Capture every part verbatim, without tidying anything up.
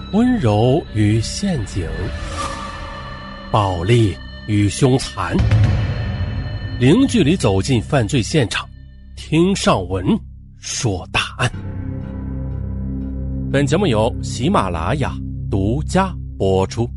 温柔与陷阱，暴力与凶残，零距离走进犯罪现场，听上文说大案。本节目由喜马拉雅独家播出。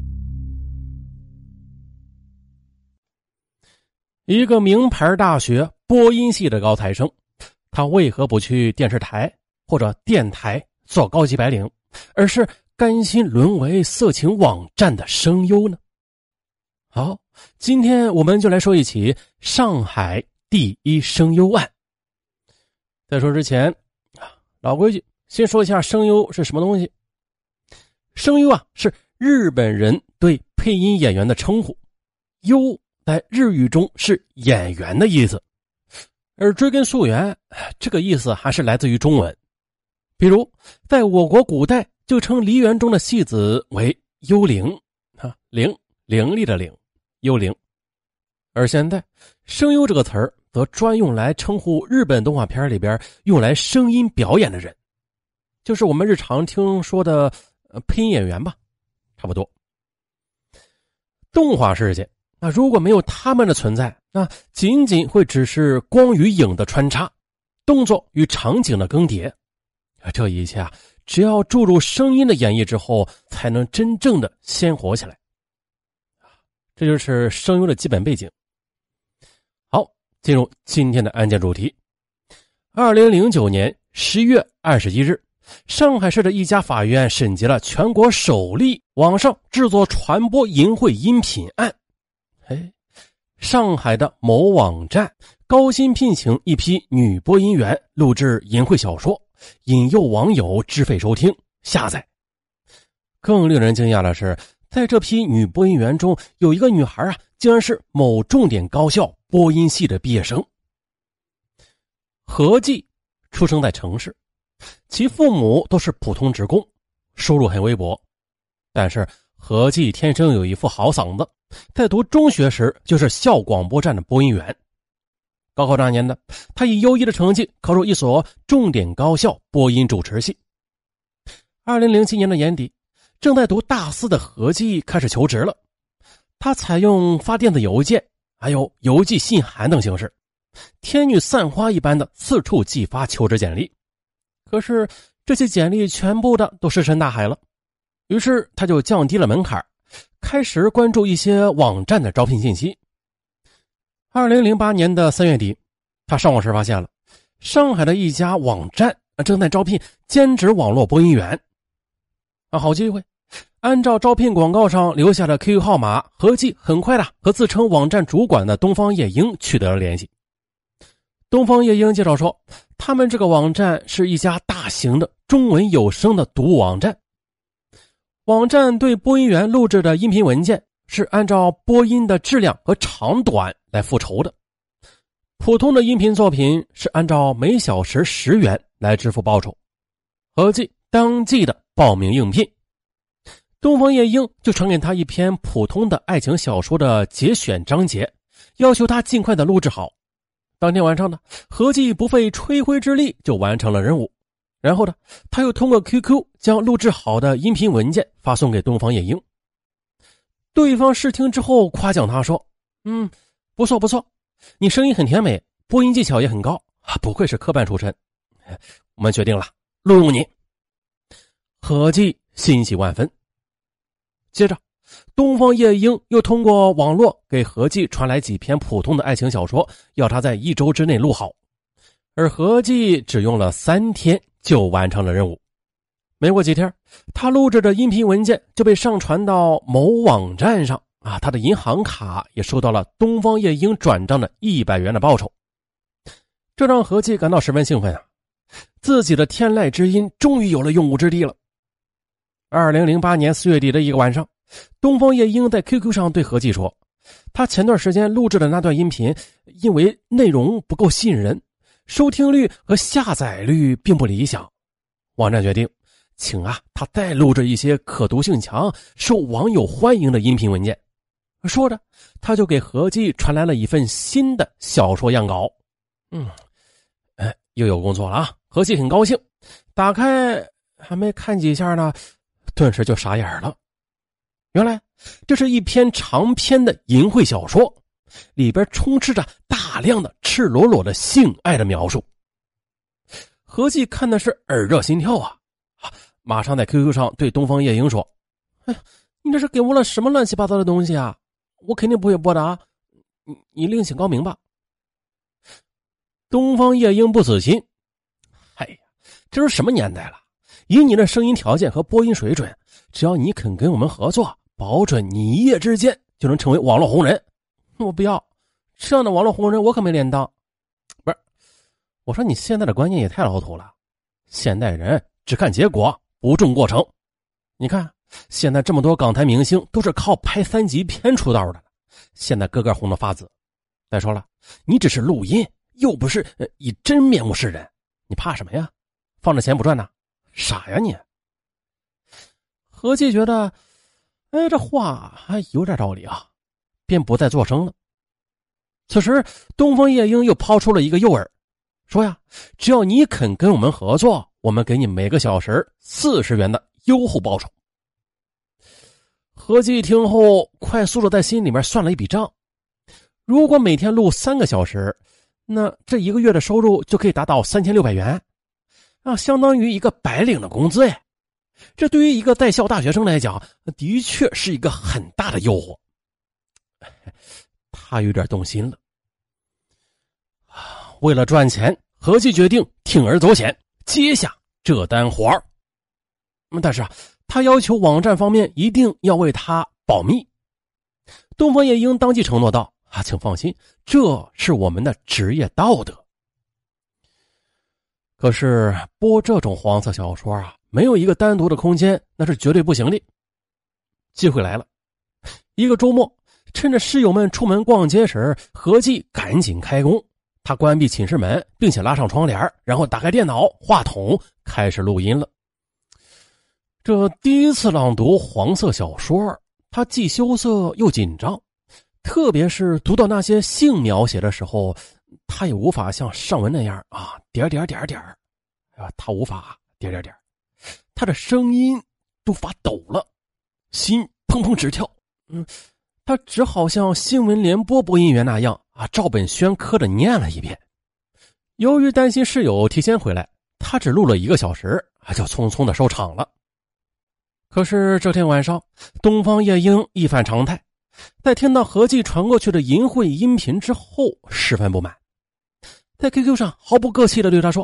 一个名牌大学播音系的高材生，他为何不去电视台或者电台做高级白领，而是甘心沦为色情网站的声优呢？好，今天我们就来说一起上海第一声优案。在说之前，老规矩，先说一下声优是什么东西。声优啊，是日本人对配音演员的称呼，优在日语中是演员的意思，而追根溯源，这个意思还是来自于中文。比如在我国古代就称梨园中的戏子为幽灵，啊，灵伶俐的灵，幽灵。而现在声优这个词儿则专用来称呼日本动画片里边用来声音表演的人，就是我们日常听说的、呃、配音演员吧，差不多。动画世界，那如果没有他们的存在，那仅仅会只是光与影的穿插，动作与场景的更迭。这一切啊，只要注入声音的演绎之后，才能真正的鲜活起来。这就是声优的基本背景。好，进入今天的案件主题。二零零九年十月二十一日，上海市的一家法院审结了全国首例网上制作传播淫秽音频案。哎，上海的某网站高薪聘请一批女播音员录制淫秽小说，引诱网友支费收听下载。更令人惊讶的是，在这批女播音员中，有一个女孩啊，竟然是某重点高校播音系的毕业生。何继出生在城市，其父母都是普通职工，收入很微薄。但是何继天生有一副好嗓子，在读中学时就是校广播站的播音员。高考那年的他以优异的成绩考入一所重点高校播音主持系。二零零七年的年底，正在读大四的何继开始求职了。他采用发电子邮件还有邮寄信函等形式，天女散花一般的四处寄发求职简历。可是这些简历全部的都石沉大海了。于是他就降低了门槛，开始关注一些网站的招聘信息。二零零八年的三月底，他上网时发现了上海的一家网站正在招聘兼职网络播音员。啊，好机会！按照招聘广告上留下的 Q Q 号码，何继很快的和自称网站主管的东方夜莺取得了联系。东方夜莺介绍说，他们这个网站是一家大型的中文有声的读物网站。网站对播音员录制的音频文件是按照播音的质量和长短来复酬的。普通的音频作品是按照每小时十元来支付报酬。何继当即的报名应聘。东方夜莺就传给他一篇普通的爱情小说的节选章节，要求他尽快的录制好。当天晚上呢，何继不费吹灰之力就完成了任务。然后呢，他又通过 Q Q 将录制好的音频文件发送给东方夜莺。对方试听之后夸奖他说，嗯，不错不错，你声音很甜美，播音技巧也很高，不愧是科班出身，我们决定了，录用你。何继欣喜万分。接着东方夜莺又通过网络给何继传来几篇普通的爱情小说，要他在一周之内录好。而何继只用了三天就完成了任务。没过几天，他录制的音频文件就被上传到某网站上啊，他的银行卡也收到了东方夜莺转账的一百元的报酬。这让何继感到十分兴奋啊，自己的天籁之音终于有了用武之地了。二零零八年四月底的一个晚上，东方夜莺在 Q Q 上对何继说，他前段时间录制的那段音频因为内容不够吸引人，收听率和下载率并不理想，网站决定请啊他再录制一些可读性强、受网友欢迎的音频文件。说着，他就给何继传来了一份新的小说样稿。嗯，哎，又有工作了啊！何继很高兴，打开还没看几下呢， 顿时就傻眼了。原来这是一篇长篇的淫秽小说，里边充斥着大量的赤裸裸的性爱的描述。何继看的是耳热心跳啊，马上在 Q Q 上对东方夜莺说：哎呀，你这是给我了什么乱七八糟的东西啊，我肯定不会播的啊，你你另请高明吧。东方夜莺不死心，哎呀，这是什么年代了，以你的声音条件和播音水准，只要你肯跟我们合作，保准你一夜之间就能成为网络红人。我不要，这样的网络红人我可没脸当。不是，我说你现在的观念也太老土了，现代人只看结果不重过程。你看现在这么多港台明星都是靠拍三级片出道的，现在个个红得发紫。再说了，你只是录音，又不是、呃、以真面目示人，你怕什么呀？放着钱不赚呢？傻呀你！何继觉得，哎，这话还有点道理啊，便不再作声了。此时东方夜莺又抛出了一个诱饵，说呀，只要你肯跟我们合作，我们给你每个小时四十元的优厚报酬。何继听后快速的在心里面算了一笔账，如果每天录三个小时，那这一个月的收入就可以达到三千六百元啊，相当于一个白领的工资哎。这对于一个在校大学生来讲，的确是一个很大的诱惑。他有点动心了。为了赚钱，何继决定铤而走险，接下这单活儿。但是啊，他要求网站方面一定要为他保密。东方夜莺当即承诺道：啊，请放心，这是我们的职业道德。可是播这种黄色小说啊，没有一个单独的空间，那是绝对不行的。机会来了，一个周末，趁着室友们出门逛街时，何继赶紧开工。他关闭寝室门，并且拉上窗帘，然后打开电脑、话筒，开始录音了。这第一次朗读黄色小说，他既羞涩又紧张，特别是读到那些性描写的时候，他也无法像上文那样啊，点点点点啊，他无法点点点，他的声音都发抖了，心砰砰直跳。嗯，他只好像新闻联播播音员那样啊，照本宣科的念了一遍。由于担心室友提前回来，他只录了一个小时啊，就匆匆的收场了。可是这天晚上，东方夜莺一反常态，在听到何继传过去的淫秽音频之后，十分不满，在 Q Q 上毫不客气地对他说：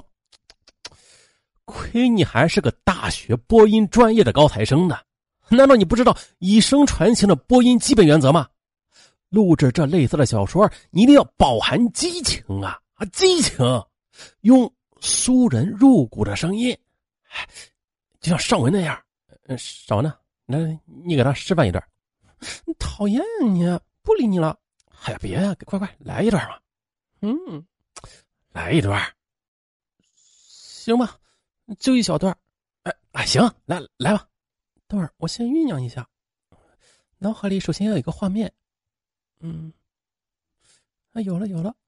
亏你还是个大学播音专业的高材生呢，难道你不知道以声传情的播音基本原则吗？录制这类似的小说，你一定要饱含激情啊啊，激情，用酥人入骨的声音，就像上文那样。呃，上文呢？那你给他示范一段。讨厌你，不理你了。哎呀，别呀，快快来一段嘛。嗯，来一段。行吧，就一小段。哎哎，行，来来吧。等会儿我先酝酿一下，脑海里首先要有一个画面。嗯，啊，有了有了。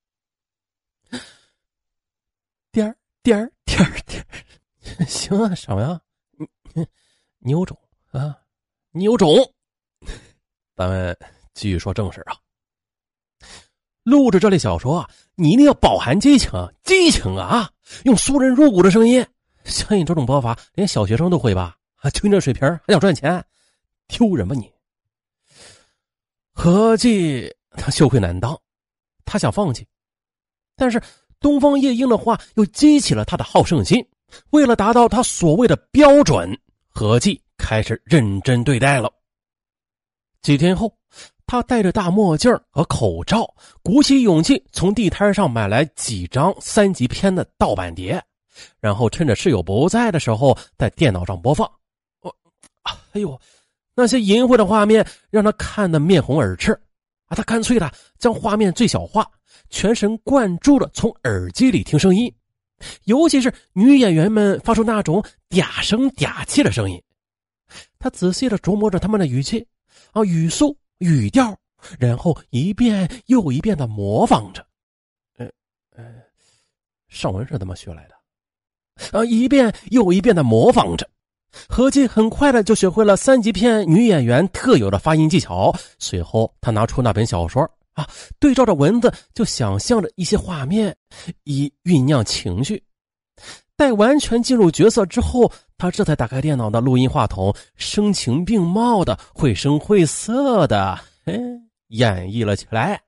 点儿点儿点儿点儿，行啊，上文啊，你你有种啊，你有种。咱们继续说正事啊。录制这类小说啊，你一定要饱含激情，激情啊，用酥人入骨的声音。像你这种播法，连小学生都会吧？啊，就你这水平还想赚钱，丢人吧你！何继他羞愧难当，他想放弃，但是东方夜莺的话又激起了他的好胜心。为了达到他所谓的标准，何继开始认真对待了。几天后，他戴着大墨镜和口罩，鼓起勇气从地摊上买来几张三级片的盗版碟，然后趁着室友不在的时候在电脑上播放。哦，哎呦，那些淫秽的画面让他看得面红耳赤啊！他干脆的将画面最小化，全神贯注的从耳机里听声音，尤其是女演员们发出那种嗲声嗲气的声音。他仔细的琢磨着他们的语气啊、语速、语调，然后一遍又一遍的模仿着。呃呃，上文是怎么学来的？啊，一遍又一遍的模仿着。 何季很快的就学会了三级片女演员特有的发音技巧。随后他拿出那本小说啊，对照着文字就想象着一些画面，以酝酿情绪。待完全进入角色之后，他这才打开电脑的录音话筒，声情并茂的绘声绘色的嘿演绎了起来。